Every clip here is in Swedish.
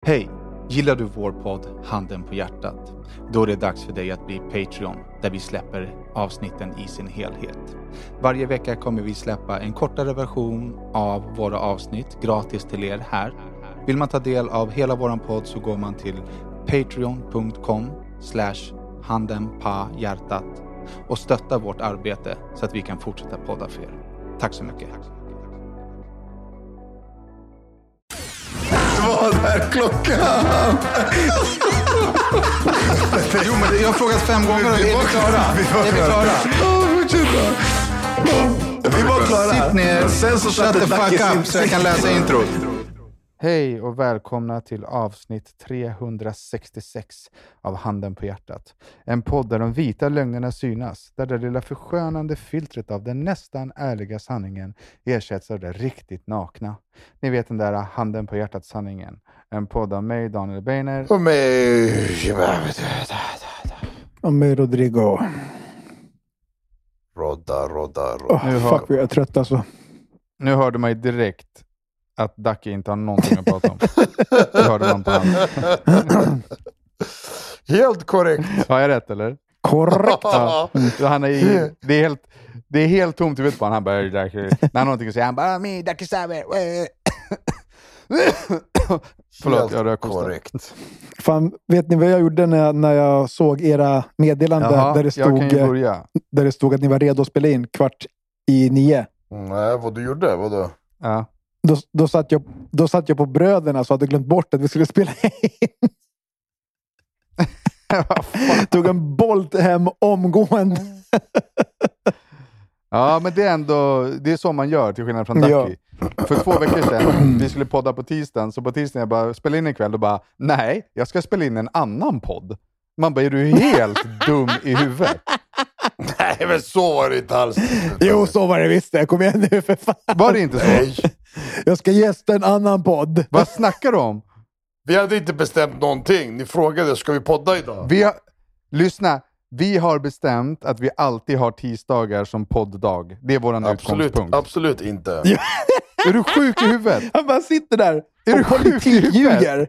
Hej! Gillar du vår podd Handen på hjärtat? Då är det dags för dig att bli Patreon, där vi släpper avsnitten i sin helhet. Varje vecka kommer vi släppa en kortare version av våra avsnitt gratis till er här. Vill man ta del av hela våran podd så går man till patreon.com/handenpahjärtat och stöttar vårt arbete så att vi kan fortsätta podda för er. Tack så mycket! Vad är klockan? Jo, men jag har frågat 5 gånger och är vi klara? Vi var klara. Sitt ner, sen så shut the fuck up så jag kan läsa introt. Hej och välkomna till avsnitt 366 av Handen på hjärtat. En podd där de vita lögnerna synas, där det lilla förskönande filtret av den nästan ärliga sanningen ersätts av det riktigt nakna. Ni vet den där Handen på hjärtat sanningen. En podd av mig, Daniel Beiner. Och mig Rodrigo. Rodda. Fuck, jag är trött alltså. Nu hörde man ju direkt att Ducky inte har någonting att prata om. Det hörde man på honom. Helt korrekt. Har jag rätt eller? Korrekt. Ja. Han är det är helt tomt i huvudet på honom. Han bara, när han har någonting att säga, han bara, me, Ducky Saber. Förlåt, jag rök korrekt. Fan, vet ni vad jag gjorde när jag såg era meddelanden? Jaha, där det stod att ni var redo att spela in 8:45. Nej, vad du gjorde? Vadå? Ja. Då satt jag på bröderna så hade glömt bort att vi skulle spela in. Tog en bolt hem omgående. Ja, men det är ändå, det är så man gör till skillnad från Ducky. Ja. För 2 veckor sedan, vi skulle podda på tisdagen, så på tisdagen jag bara, spela in en kväll och bara, nej, jag ska spela in en annan podd. Man bara, är du helt dum i huvudet? Nej, men så var det inte alls. Jo, så var det visst. Jag kom igen nu för fan. Var det inte så? Nej. Jag ska gästa en annan podd. Vad snackar du om? Vi hade inte bestämt någonting. Ni frågade, ska vi podda idag? Lyssna, vi har bestämt att vi alltid har tisdagar som podddag. Det är våran utgångspunkt. Absolut inte. Är du sjuk i huvudet? Han bara sitter där. Är du sjuk i huvudet?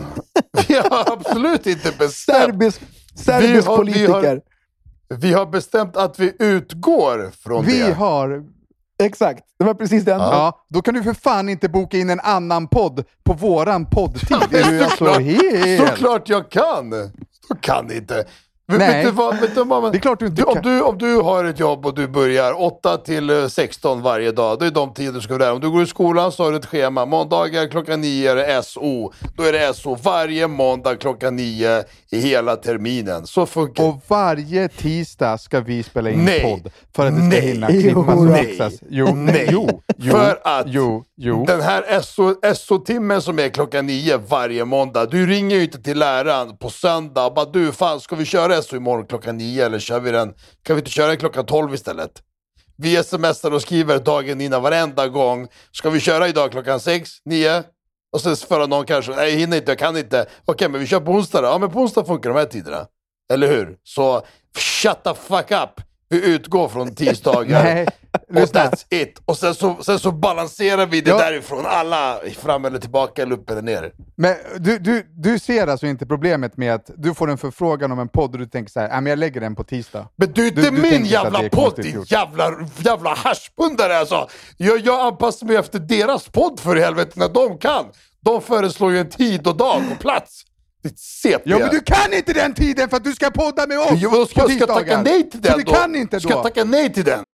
Vi har absolut inte bestämt. Serbisk politiker. Vi har bestämt att vi utgår från det. Vi har... Exakt, det var precis det. Ja, då kan du för fan inte boka in en annan podd på våran poddtid. Är du alltså helt... Såklart jag kan. Så kan inte. Nej, vet du vad, det är klart du inte kan. Om du har ett jobb och du börjar 8 till 16 varje dag, då är de tider du ska vara där. Om du går i skolan så har du ett schema. Måndagar klockan 9 är det SO. Då är det SO varje måndag klockan 9 i hela terminen. Så funkar. Och varje tisdag ska vi spela in podd för att det ska hinna klippas och fixas. Jo. För att den här SO-timmen som är klockan 9 varje måndag, du ringer ju inte till läraren på söndag och bara, du fan, ska vi köra SO imorgon klockan 9 eller kör vi den? Kan vi inte köra klockan 12 istället? Vi smsar och skriver dagen innan varenda gång. Ska vi köra idag klockan 6, 9? Och sen för någon kanske, nej jag hinner inte, jag kan inte. Okej, men vi kör på onsdag då. Ja, men på onsdag funkar de här tiderna. Eller hur? Så shut the fuck up. Vi utgår från tisdagar. Nej, och that's it. Och sen så balanserar vi det därifrån. Alla fram eller tillbaka eller upp eller ner. Men du ser alltså inte problemet med att du får en förfrågan om en podd och du tänker så här, men jag lägger den på tisdag. Men du är inte min jävla podd, din jävla haschpundare alltså. Jag anpassar mig efter deras podd för i helvete när de kan. De föreslår ju en tid och dag och plats. Ja, men du kan inte den tiden för att du ska podda med oss. Jo, ska tacka nej till den så du kan inte då. Ska tacka nej till den.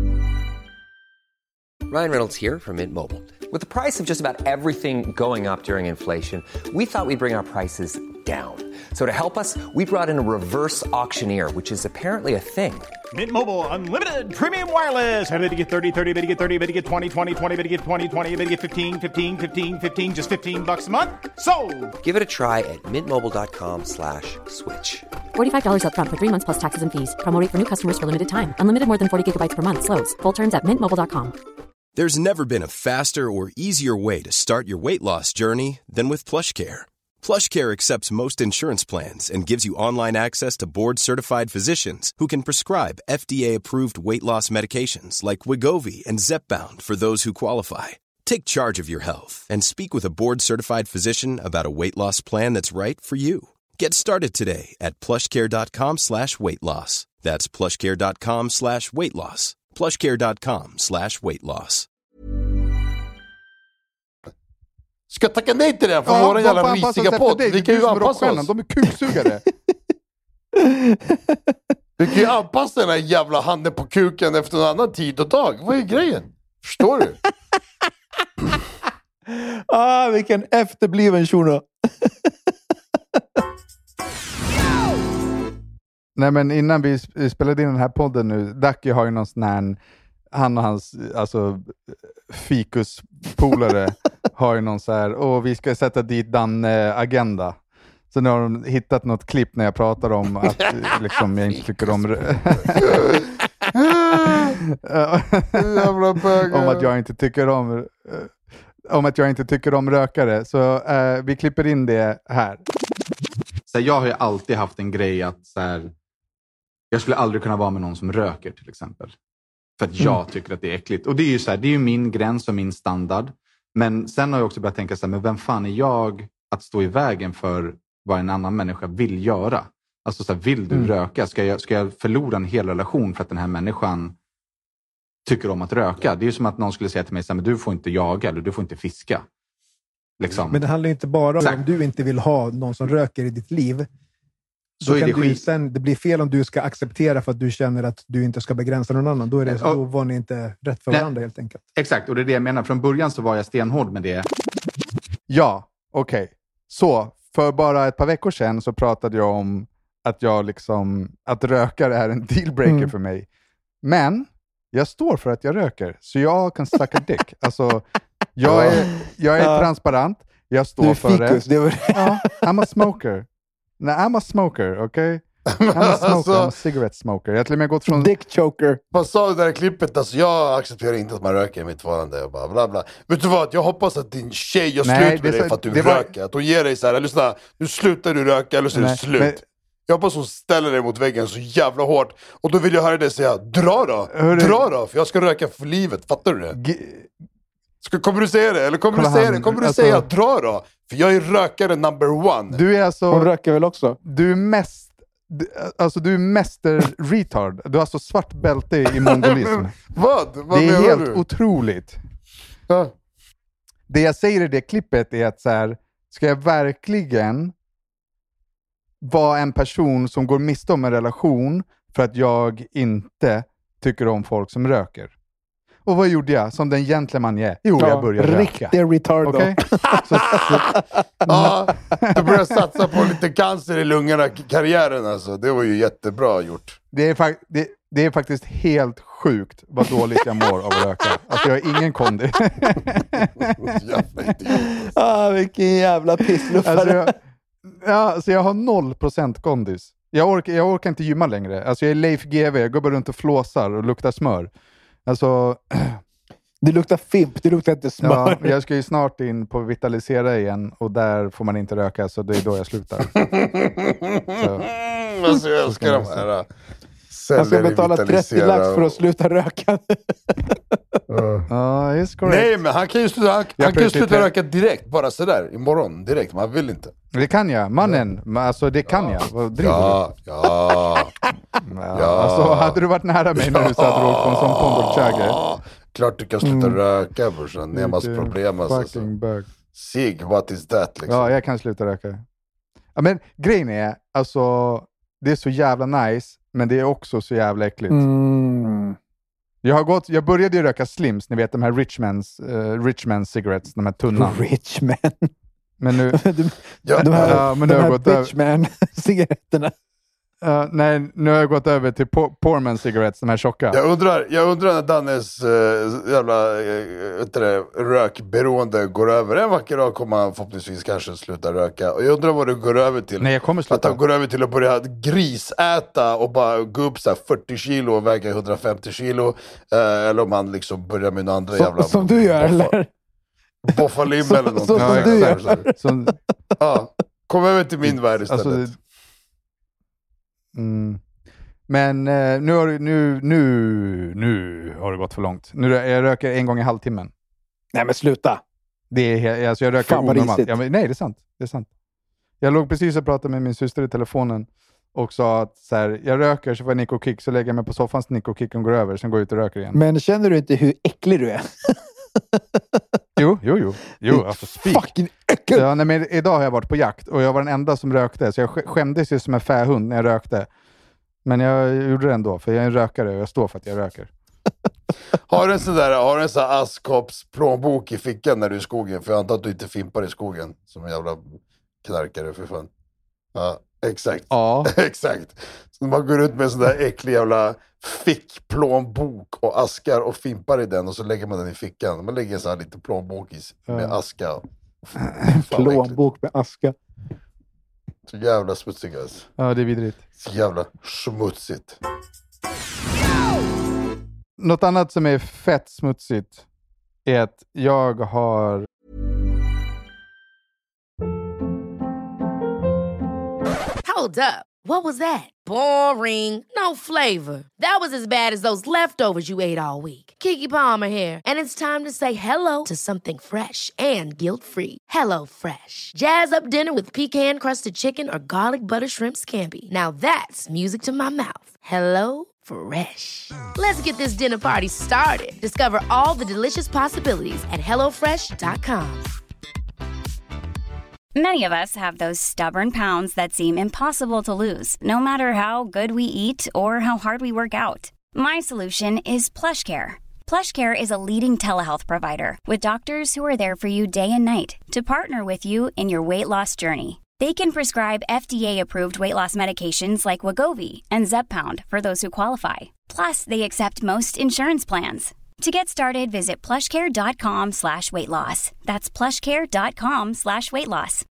Ryan Reynolds here from Mint Mobile. With the price of just about everything going up during inflation, we thought we'd bring our prices down. So to help us, we brought in a reverse auctioneer, which is apparently a thing. Mint Mobile Unlimited Premium Wireless. How to get 30, 30, how to get 30, how to get 20, 20, 20, how to get 20, 20, how to get 15, 15, 15, 15, just $15 a month? Sold! Give it a try at mintmobile.com/switch. $45 up front for 3 months plus taxes and fees. Promo rate for new customers for limited time. Unlimited more than 40 gigabytes per month. Slows full terms at mintmobile.com. There's never been a faster or easier way to start your weight loss journey than with PlushCare. PlushCare accepts most insurance plans and gives you online access to board-certified physicians who can prescribe FDA-approved weight loss medications like Wegovy and Zepbound for those who qualify. Take charge of your health and speak with a board-certified physician about a weight loss plan that's right for you. Get started today at plushcare.com/weightloss. That's plushcare.com/weightloss. plushcare.com/weightloss. Ska jag tacka nej till det för våran jävla risiga podd? Vi kan ju anpassa oss. De är kuksugare. Vi kan ju anpassa den här jävla handen på kuken efter en annan tid och dag. Vad är grejen? Förstår du? Vilken efterbliven shuno. Nej, men innan vi spelade in den här podden nu, Ducky har ju någon sån här, han och hans fikuspolare har ju någon så här, vi ska sätta dit den agenda. Så nu har de hittat något klipp när jag pratar om att liksom, jag inte tycker om om att jag inte tycker om rökare. Så vi klipper in det här. Så jag har ju alltid haft en grej att så här, jag skulle aldrig kunna vara med någon som röker till exempel. För att jag tycker att det är äckligt. Och det är ju så här, det är ju min gräns och min standard. Men sen har jag också börjat tänka så här, men vem fan är jag att stå i vägen för vad en annan människa vill göra? Alltså så här, vill du röka? Ska jag förlora en hel relation för att den här människan tycker om att röka? Det är ju som att någon skulle säga till mig så här, men du får inte jaga eller du får inte fiska. Liksom. Men det handlar inte bara om du inte vill ha någon som röker i ditt liv. Så kan du sen, det blir fel om du ska acceptera för att du känner att du inte ska begränsa någon annan. Då var ni inte rätt för varandra helt enkelt. Exakt, och det är det jag menar. Från början så var jag stenhård med det. Ja, okej. Så, för bara ett par veckor sedan så pratade jag om att att rökare är en dealbreaker för mig. Men jag står för att jag röker. Så jag kan sucka dick. Alltså, jag är transparent. Jag står för det. I'm a smoker. Nej, I'm a smoker, okay? I'm a smoker, I'm a cigarette smoker. Jag har till och med gått från... Dick choker. Man sa det där klippet, alltså jag accepterar inte att man röker i mitt förhållande och bla bla. Vet du vad, jag hoppas att din tjej gör slut med dig för att du röker. Att hon ger dig så här, lyssna, nu slutar du röka eller så är det slut. Men... Jag hoppas hon ställer dig mot väggen så jävla hårt. Och då vill jag höra dig säga, dra då, för jag ska röka för livet, fattar du det? Kommer du säga det? Eller kommer du säga dra då? För jag är rökare number one. Du är alltså... Hon röker väl också? Du är mäster retard. Du har alltså svart bälte i mongolism. Vad det är helt otroligt. Ja. Det jag säger i det klippet är att så här, ska jag verkligen vara en person som går miste om en relation för att jag inte tycker om folk som röker? Och vad gjorde jag som den gentleman jag är? Jo, jag började röka. Riktig retard då. Okay? Du började satsa på lite cancer i lungorna, karriären alltså. Det var ju jättebra gjort. Det är faktiskt helt sjukt vad dåligt jag mår av att röka. Alltså jag har ingen kondi. Vilken jävla pissluffare. Alltså jag har 0% kondis. Jag orkar inte gymma längre. Alltså jag är Leif GW, jag går bara runt och flåsar och luktar smör. Alltså... Det luktar fimp, det luktar inte smör. Ja, jag ska ju snart in på Vitalisera igen och där får man inte röka, så det är då jag slutar. Alltså jag älskar de här. Man ska betala 30 lax för att sluta röka. Nej, men han kan ju sluta röka direkt, bara sådär, imorgon, direkt, man vill inte. Det kan jag, mannen, alltså det kan jag. Vad driver du? Alltså hade du varit nära mig när du sa att du åkte på en sån pondorchage? Klart du kan sluta röka, brorsan. Nemas problem alltså. Sig, what is that liksom? Ja, jag kan sluta röka. Ja, men grejen är, alltså det är så jävla nice, men det är också så jävla äckligt. Jag började ju röka Slims, ni vet de här Richmans cigarettes, de här tunna. Richman. Men nu de här Richman cigaretterna. Nej, nu har jag gått över till Poorman cigarettes, de här tjocka. Jag undrar när Dannes jävla rökberoende går över. En vacker dag kommer han förhoppningsvis kanske sluta röka. Och jag undrar vad det går över till. Nej, jag kommer sluta. Att han går över till att börja grisäta och bara gå upp så här 40 kilo och väga 150 kilo. Eller om han liksom börjar med några andra jävla... Som du gör, eller? Boffalim eller någonting. Som du gör. Ja, kom över till min värld istället. Alltså, men nu har det gått för långt. Nu jag röker en gång i halvtimmen. Nej, men sluta. Det är alltså jag röker onormalt. Nej, det är sant. Det är sant. Jag låg precis och pratade med min syster i telefonen och sa att så här, jag röker så får jag nick och kick, så lägger jag mig på soffan så nick och kicken går över, sen går jag ut och röker igen. Men känner du inte hur äcklig du är? Jo, alltså fucking äckel! Ja, nej, men idag har jag varit på jakt och jag var den enda som rökte, så jag skämdes ju som en fähund när jag rökte. Men jag gjorde det ändå, för jag är en rökare och jag står för att jag röker. Har du en sån där Askopps plånbok i fickan när du är i skogen? För jag antar att du inte fimpar i skogen som en jävla knarkare för fan. Ja, exakt. Ja. Exakt. Så man går ut med en sån där äcklig jävla fickplånbok och askar och fimpar i den och så lägger man den i fickan. Man lägger så här lite plånbok med aska. Plånbok med aska. Så jävla smutsigt alltså. Ja, det är vidrigt. Så jävla smutsigt. Något annat som är fett smutsigt är att jag har... Hold up. What was that? Boring. No flavor. That was as bad as those leftovers you ate all week. Keke Palmer here. And it's time to say hello to something fresh and guilt-free. Hello Fresh. Jazz up dinner with pecan-crusted chicken or garlic butter shrimp scampi. Now that's music to my mouth. Hello Fresh. Let's get this dinner party started. Discover all the delicious possibilities at HelloFresh.com. Many of us have those stubborn pounds that seem impossible to lose, no matter how good we eat or how hard we work out. My solution is PlushCare. PlushCare is a leading telehealth provider with doctors who are there for you day and night to partner with you in your weight loss journey. They can prescribe FDA-approved weight loss medications like Wegovy and Zepbound for those who qualify. Plus, they accept most insurance plans. To get started, visit plushcare.com/weightloss. That's plushcare.com/weightloss.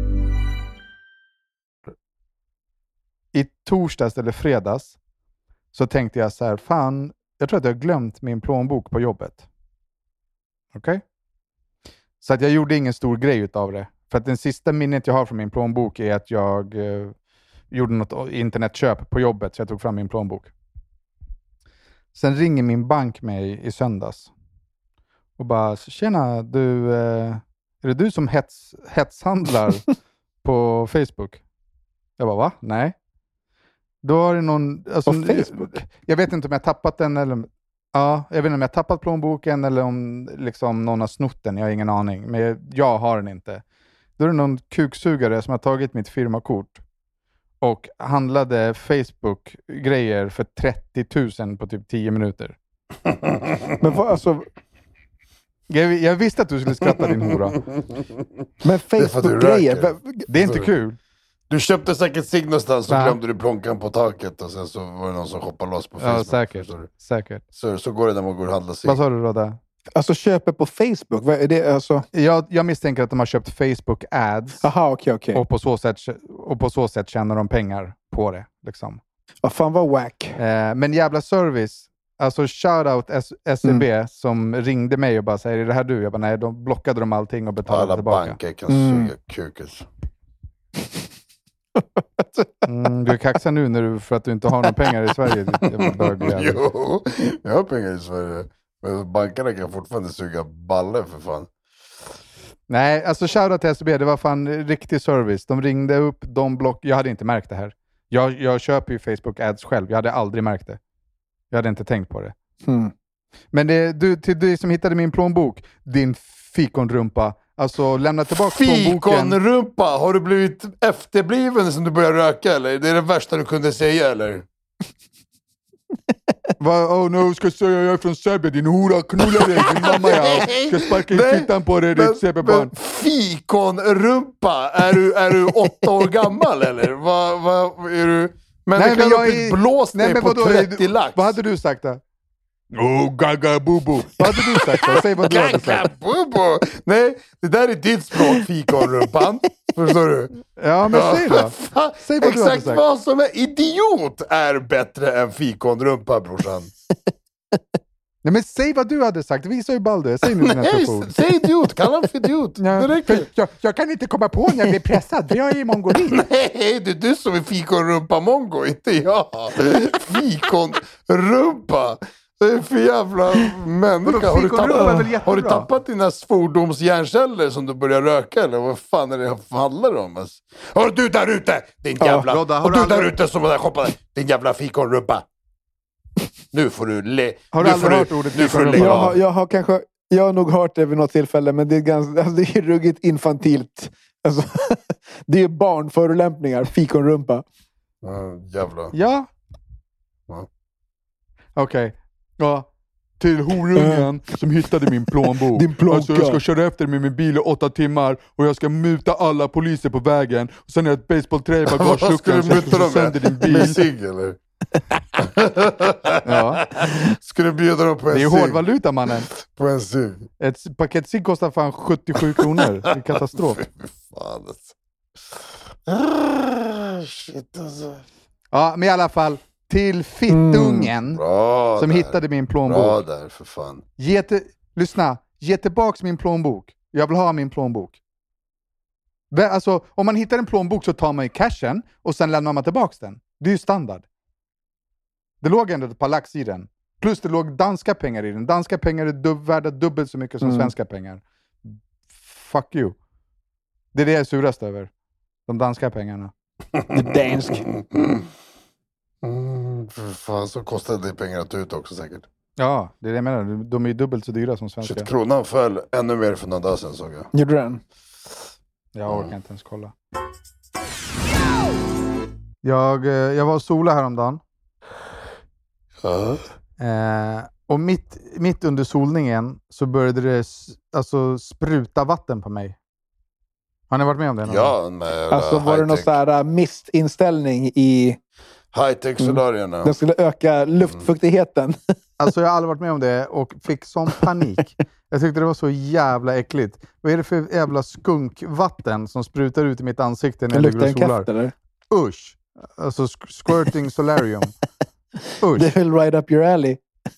I torsdags eller fredags så tänkte jag så här, fan, jag tror att jag har glömt min plånbok på jobbet. Okej? Så att jag gjorde ingen stor grej utav det. För att den sista minnet jag har från min plånbok är att jag gjorde något internetköp på jobbet, så jag tog fram min plånbok. Sen ringer min bank mig i söndags och bara, tjena, du, är det du som hetshandlar på Facebook? Jag bara, va? Nej. Då har det någon... Alltså, på Facebook? Jag vet inte om jag tappat den eller... Ja, jag vet inte om jag tappat plånboken eller om liksom någon har snott den. Jag har ingen aning. Men jag har den inte. Då är det någon kuksugare som har tagit mitt firmakort och handlade Facebook-grejer för 30 000 på typ 10 minuter. Men vad, alltså... Jag visste att du skulle skratta, din hora. Men Facebook-grejer... Det är inte kul. Du köpte säkert sig någonstans så glömde du plånkan på taket och sen så var det någon som hoppade loss på Facebook. Ja, säkert. Så går det när man går och handlar sig. Vad sa du då där? Alltså köper på Facebook, vad är det alltså? Jag misstänker att de har köpt Facebook ads. Aha, okej. Och på så sätt tjänar de pengar på det liksom. Vad fan var wack. Men jävla service. Alltså shoutout SEB som ringde mig och bara säger, är det här du? Jag bara, nej, de blockade de allting och betalade tillbaka. Alla banker kan suga kukes. Du är kaxar nu för att du inte har några pengar i Sverige. Jo, jag har pengar i Sverige. Men bankerna kan fortfarande suga baller för fan. Nej, alltså shoutout till SEB, det var fan riktig service. De ringde upp, jag hade inte märkt det här. Jag köper ju Facebook ads själv, jag hade aldrig märkt det. Jag hade inte tänkt på det. Men till du som hittade min plånbok, din fikonrumpa, alltså lämna tillbaka plånboken. Fikonrumpa, har du blivit efterbliven som du börjar röka eller? Det är det värsta du kunde säga eller? Ska jag säga jag är från Serbien, din hora, knulla dig, din mamma ska sparka in fittan på dig, ditt Serbiebarn. Men fikonrumpa, är du 8 år gammal eller? Vad är du? Men nej, det kan du blåst dig på 30 lax. Vad hade du sagt då? Gaga bubu. Vad hade du sagt då? Säg vad du hade sagt. Gaga bubu. Nej, det där är ditt språk, fikonrumpan. Förstår du? Ja, men säg då. Säg vad du hade sagt. Exakt vad som är idiot är bättre än fikonrumpa, brorsan. Nej, men säg vad du hade sagt. Visa hur ball du är. Säg nu nästa ord. Säg idiot. Kalla honom för idiot. Ja, det räcker. Jag kan inte komma på när jag blir pressad. För jag är i Mongoli. Nej, det är du som är fikonrumpa mongo, inte jag. Fikonrumpa. Det är för jävla människa. Har du tappat dina svordomshjärnceller som du börjar röka? Eller vad fan är det handlar om? Hör du där ute, din jävla... Rodda, och du där ute som är shoppade, din jävla fikonrumpa. Nu får du Har du aldrig hört ordet fikonrumpa? Jag har nog hört det vid något tillfälle, men det är ganska, alltså, det är ruggigt infantilt. Alltså, det är barnförolämpningar, fikonrumpa. Jävla. Ja. Okej. Ja. Till horungen som hittade min plånbok. Din plånka. Alltså jag ska köra efter med min bil i 8 timmar och jag ska muta alla poliser på vägen. Och sen är det ett baseballträ i bagageluckan så jag sönder din bil. Med cigg eller? Ja. Ska du bjuda dem på en cigg? Det är hårdvaluta, mannen. På en cigg. Ett paket cigg kostar fan 77 kronor. Det är katastrof. Fan alltså. Shit alltså. Ja, men i alla fall till fittungen som där. hittade min plånbok. Bra där, för fan. Lyssna, ge tillbaks min plånbok. Jag vill ha min plånbok. Alltså, om man hittar en plånbok så tar man ju cashen och sen lämnar man tillbaks den. Det är ju standard. Det låg ändå ett par lax i den. Plus det låg danska pengar i den. Danska pengar är värda dubbelt så mycket som svenska pengar. Fuck you. Det är det jag är surast över. De danska pengarna. Dansk. För fan, så kostade det pengar att ta ut också säkert. Ja, det är det jag menar. De är ju dubbelt så dyra som svenska. Shit, kronan föll ännu mer för några dagar sedan, såg jag. Gjorde den? Jag orkar inte ens kolla. Jag var och sola häromdagen. Och mitt under solningen så började det alltså spruta vatten på mig. Har ni varit med om det? Ja, alltså var det någon sån här mistinställning i high-tech-solarierna? Den skulle öka luftfuktigheten. Alltså jag har aldrig varit med om det och fick sån panik. Jag tyckte det var så jävla äckligt. Vad är det för jävla skunkvatten som sprutar ut i mitt ansikte när jag ligger och solar? Eller? Usch. Alltså squirting solarium. Usch. Det är väl right up your alley.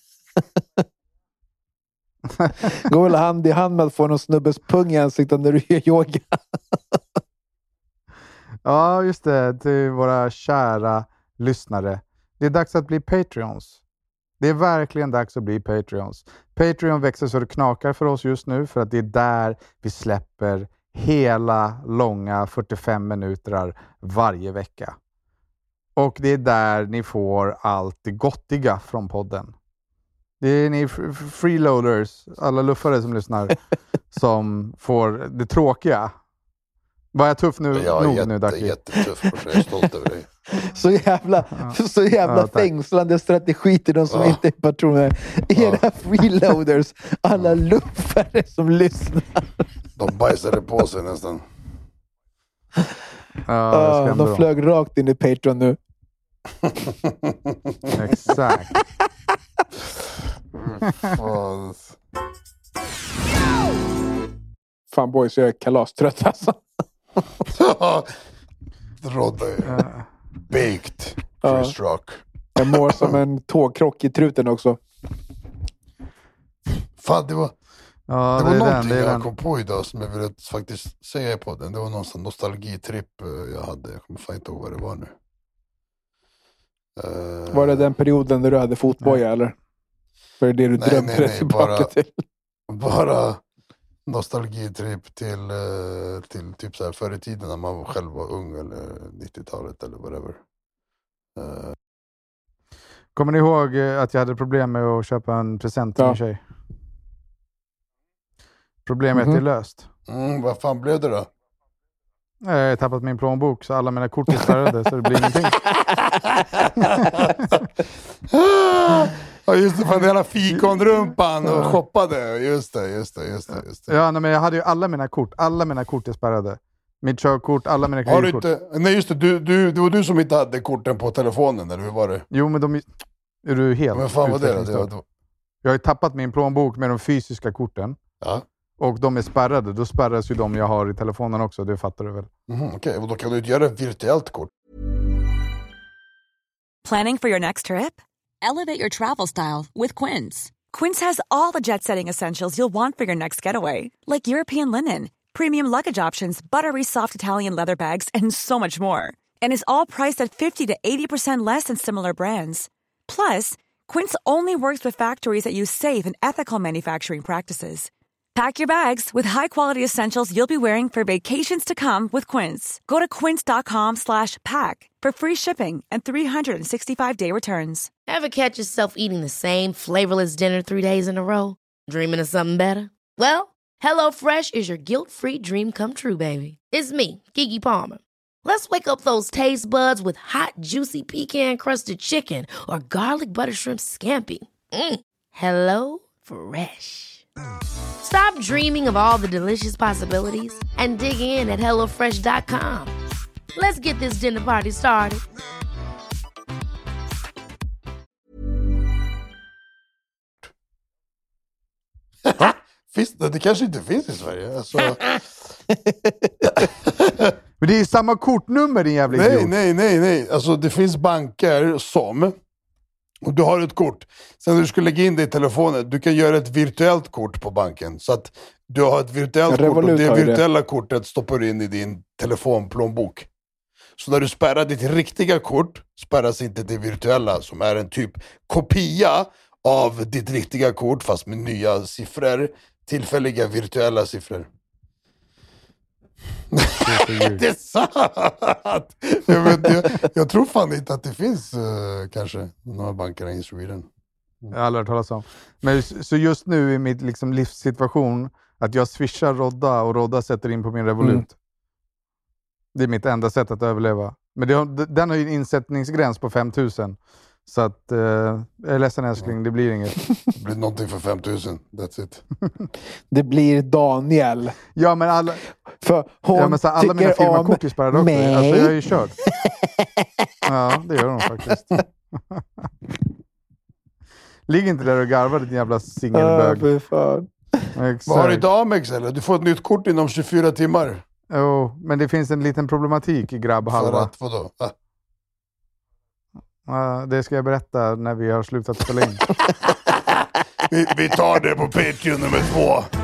Gå väl hand i hand med att få någon snubbes pung i ansiktet när du gör yoga. Ja, just det. Till våra kära lyssnare. Det är dags att bli Patreons. Det är verkligen dags att bli Patreons. Patreon växer så det knakar för oss just nu. För att det är där vi släpper hela långa 45 minuter varje vecka. Och det är där ni får allt det gottiga från podden. Det är ni freeloaders, alla luffare som lyssnar, som får det tråkiga. Var jag tuff nu? Jag är jättetuff, jag är stolt över dig. Så jävla fängslande strategi till de som inte är patroner. Era freeloaders, alla luffare som lyssnar. De bajsade på sig nästan. De flög rakt in i Patreon nu. Exakt. Fan boys, jag är kalastrött alltså. Rodda baked Chris Rock. Jag mår som en tågkrock i truten också. Fan, det var Ja, det var någonting jag kom på idag som jag ville faktiskt säga på den. Det var någon sån nostalgitripp jag hade. Jag kommer fan inte ihåg vad det var nu. Var det den perioden där du hade fotboja eller? För det du drömde dig tillbaka till? Bara nostalgitripp till typ så här förr i tiden när man själv var ung eller 90-talet eller whatever. Kommer ni ihåg att jag hade problem med att köpa en present till min tjej? Problemet är löst. Vad fan blev det då? Jag har tappat min plånbok så alla mina kort är spärrade så det blir ingenting. Ja just det, fan det hela fikonrumpan och shoppade. Just det. Ja, men jag hade ju alla mina kort är spärrade. Mitt körkort, alla mina kreditkort. Nej just det, det var du som inte hade korten på telefonen eller hur var det? Jo men är du helt... Men fan var det då? Jag har ju tappat min plånbok med de fysiska korten. Ja. Och de är spärrade, då spärras ju de jag har i telefonen också, det fattar du väl? Okej, och då kan du inte göra ett virtuellt kort. Planning for your next trip? Elevate your travel style with Quince. Quince has all the jet-setting essentials you'll want for your next getaway. Like European linen, premium luggage options, buttery soft Italian leather bags, and so much more. And is all priced at 50 to 80% less than similar brands. Plus, Quince only works with factories that use safe and ethical manufacturing practices. Pack your bags with high-quality essentials you'll be wearing for vacations to come with Quince. Go to quince.com/pack for free shipping and 365-day returns. Ever catch yourself eating the same flavorless dinner 3 days in a row? Dreaming of something better? Well, HelloFresh is your guilt-free dream come true, baby. It's me, Keke Palmer. Let's wake up those taste buds with hot, juicy pecan-crusted chicken or garlic butter shrimp scampi. Hello Fresh. Stop dreaming of all the delicious possibilities and dig in at HelloFresh.com. Let's get this dinner party started. Det kanske inte finns i Sverige. Alltså... Men det är samma kortnummer, din jävla idiot. Nej. Alltså det finns banker som... Och du har ett kort. Sen när du ska lägga in det i telefonen, du kan göra ett virtuellt kort på banken. Så att du har ett virtuellt kort och det virtuella kortet stoppar du in i din telefonplånbok. Så när du spärrar ditt riktiga kort spärras inte det virtuella som är en typ kopia av ditt riktiga kort fast med nya siffror. Tillfälliga virtuella siffror. Det är sant! Jag tror fan inte att det finns kanske några banker i Sweden. Jag har aldrig hört talas om. Men så just nu i mitt liksom livssituation att jag swishar Rodda och Rodda sätter in på min Revolut. Det är mitt enda sätt att överleva. Men den har ju en insättningsgräns på 5 000. Så att jag är ledsen älskling, det blir inget. Det blir någonting för 5 000, that's it. Det blir Daniel. Ja, men alla... För hon alla mina firmakort är spärrade också. Alltså jag är ju kört. Ja, det gör hon faktiskt. Ligg inte där och garvar din jävla singelbög. För fan. Vad har du i Amex eller? Du får ett nytt kort inom 24 timmar. Jo, men det finns en liten problematik i grabbhalva. För att vadå? Det ska jag berätta när vi har slutat spela in. vi tar det på Patreon nummer 2.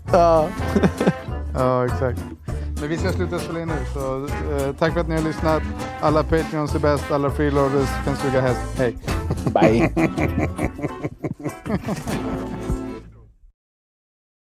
Ja, exakt. Men vi ska sluta spela in nu. Så tack för att ni har lyssnat. Alla Patreons är bäst. Alla freeloaders kan suga häst. Hej. Bye.